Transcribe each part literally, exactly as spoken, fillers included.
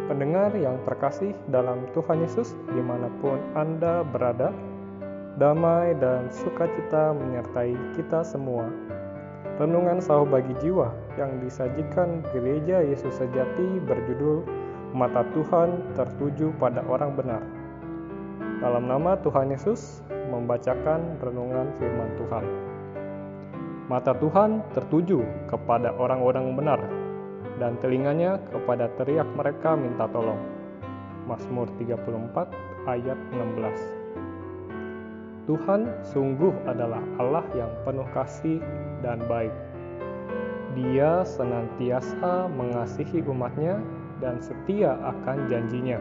Pendengar yang terkasih dalam Tuhan Yesus, dimanapun Anda berada, damai dan sukacita menyertai kita semua. Renungan Sauh Bagi Jiwa yang disajikan Gereja Yesus Sejati berjudul Mata Tuhan Tertuju pada Orang Benar. Dalam nama Tuhan Yesus, membacakan renungan firman Tuhan. Mata Tuhan tertuju kepada orang-orang benar, dan telinganya kepada teriak mereka minta tolong. Mazmur tiga puluh empat ayat enam belas. Tuhan sungguh adalah Allah yang penuh kasih dan baik. Dia senantiasa mengasihi umatnya dan setia akan janjinya,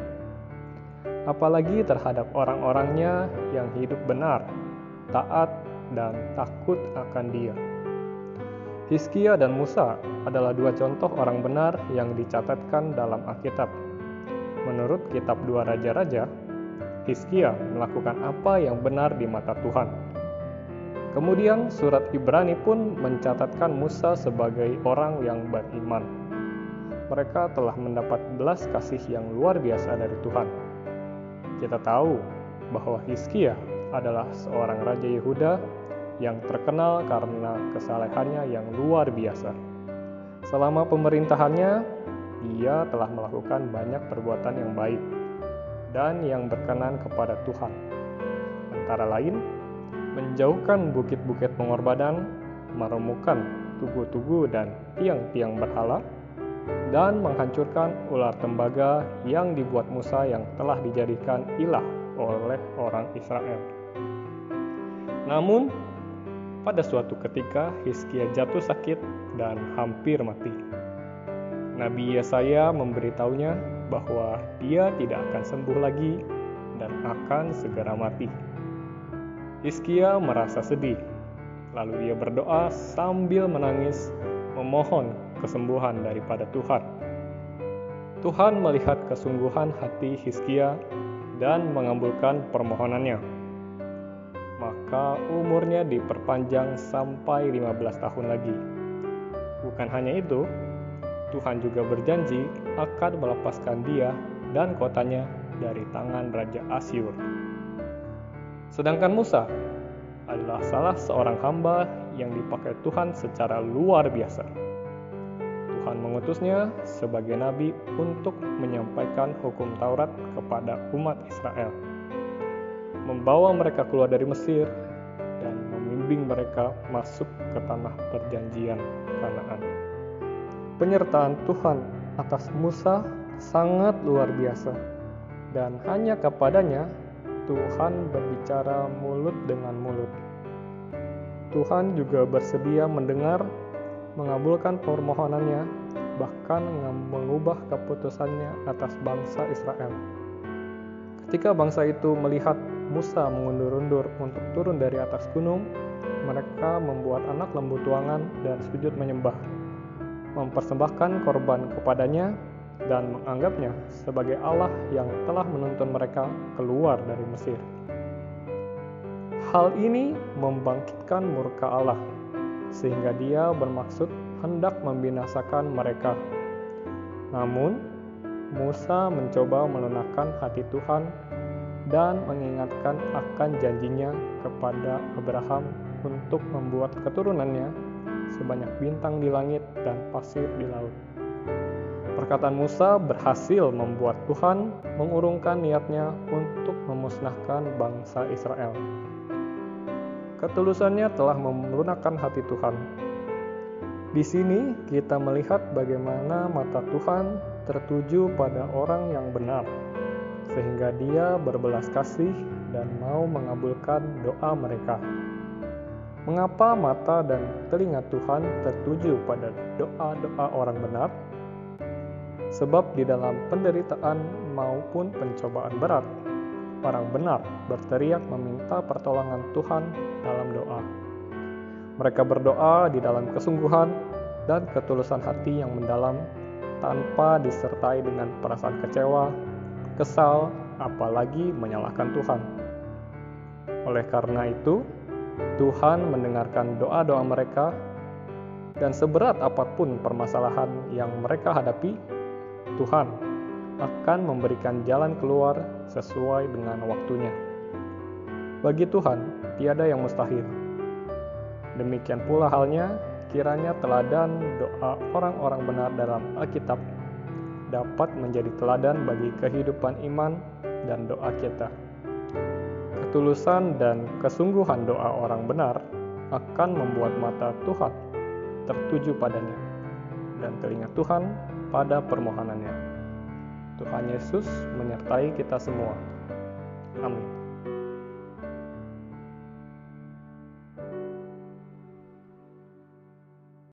apalagi terhadap orang-orangnya yang hidup benar, taat, dan takut akan Dia. Hizkia dan Musa adalah dua contoh orang benar yang dicatatkan dalam Alkitab. Menurut kitab Dua Raja-Raja, Hizkia melakukan apa yang benar di mata Tuhan. Kemudian surat Ibrani pun mencatatkan Musa sebagai orang yang beriman. Mereka telah mendapat belas kasih yang luar biasa dari Tuhan. Kita tahu bahwa Hizkia adalah seorang raja Yehuda yang terkenal karena kesalehannya yang luar biasa. Selama pemerintahannya, dia telah melakukan banyak perbuatan yang baik dan yang berkenan kepada Tuhan. Antara lain, menjauhkan bukit-bukit pengorbanan, meremukkan tugu-tugu dan tiang-tiang berhala, dan menghancurkan ular tembaga yang dibuat Musa yang telah dijadikan ilah oleh orang Israel. Namun, pada suatu ketika Hizkia jatuh sakit dan hampir mati. Nabi Yesaya memberitahunya bahwa dia tidak akan sembuh lagi dan akan segera mati. Hizkia merasa sedih, lalu ia berdoa sambil menangis, memohon kesembuhan daripada Tuhan. Tuhan melihat kesungguhan hati Hizkia dan mengabulkan permohonannya. Maka umurnya diperpanjang sampai lima belas tahun lagi. Bukan hanya itu, Tuhan juga berjanji akan melepaskan dia dan kotanya dari tangan Raja Asyur. Sedangkan Musa adalah salah seorang hamba yang dipakai Tuhan secara luar biasa. Tuhan mengutusnya sebagai nabi untuk menyampaikan hukum Taurat kepada umat Israel, membawa mereka keluar dari Mesir, dan membimbing mereka masuk ke tanah perjanjian Kanaan. Penyertaan Tuhan atas Musa sangat luar biasa, dan hanya kepadanya Tuhan berbicara mulut dengan mulut. Tuhan juga bersedia mendengar, mengabulkan permohonannya, bahkan mengubah keputusannya atas bangsa Israel. Ketika bangsa itu melihat Musa mengundur-undur untuk turun dari atas gunung, mereka membuat anak lembu tuangan dan sujud menyembah, mempersembahkan korban kepadanya, dan menganggapnya sebagai Allah yang telah menuntun mereka keluar dari Mesir. Hal ini membangkitkan murka Allah, sehingga Dia bermaksud hendak membinasakan mereka. Namun, Musa mencoba melunakkan hati Tuhan dan mengingatkan akan janjinya kepada Abraham untuk membuat keturunannya sebanyak bintang di langit dan pasir di laut. Perkataan Musa berhasil membuat Tuhan mengurungkan niatnya untuk memusnahkan bangsa Israel. Ketulusannya telah melunakkan hati Tuhan. Di sini kita melihat bagaimana mata Tuhan tertuju pada orang yang benar, sehingga Dia berbelas kasih dan mau mengabulkan doa mereka. Mengapa mata dan telinga Tuhan tertuju pada doa-doa orang benar? Sebab di dalam penderitaan maupun pencobaan berat, orang benar berteriak meminta pertolongan Tuhan dalam doa. Mereka berdoa di dalam kesungguhan dan ketulusan hati yang mendalam, tanpa disertai dengan perasaan kecewa, kesal, apalagi menyalahkan Tuhan. Oleh karena itu, Tuhan mendengarkan doa-doa mereka, dan seberat apapun permasalahan yang mereka hadapi, Tuhan akan memberikan jalan keluar sesuai dengan waktunya. Bagi Tuhan, tiada yang mustahil. Demikian pula halnya, kiranya teladan doa orang-orang benar dalam Alkitab dapat menjadi teladan bagi kehidupan iman dan doa kita. Ketulusan dan kesungguhan doa orang benar akan membuat mata Tuhan tertuju padanya dan telinga Tuhan pada permohonannya. Tuhan Yesus menyertai kita semua. Amin.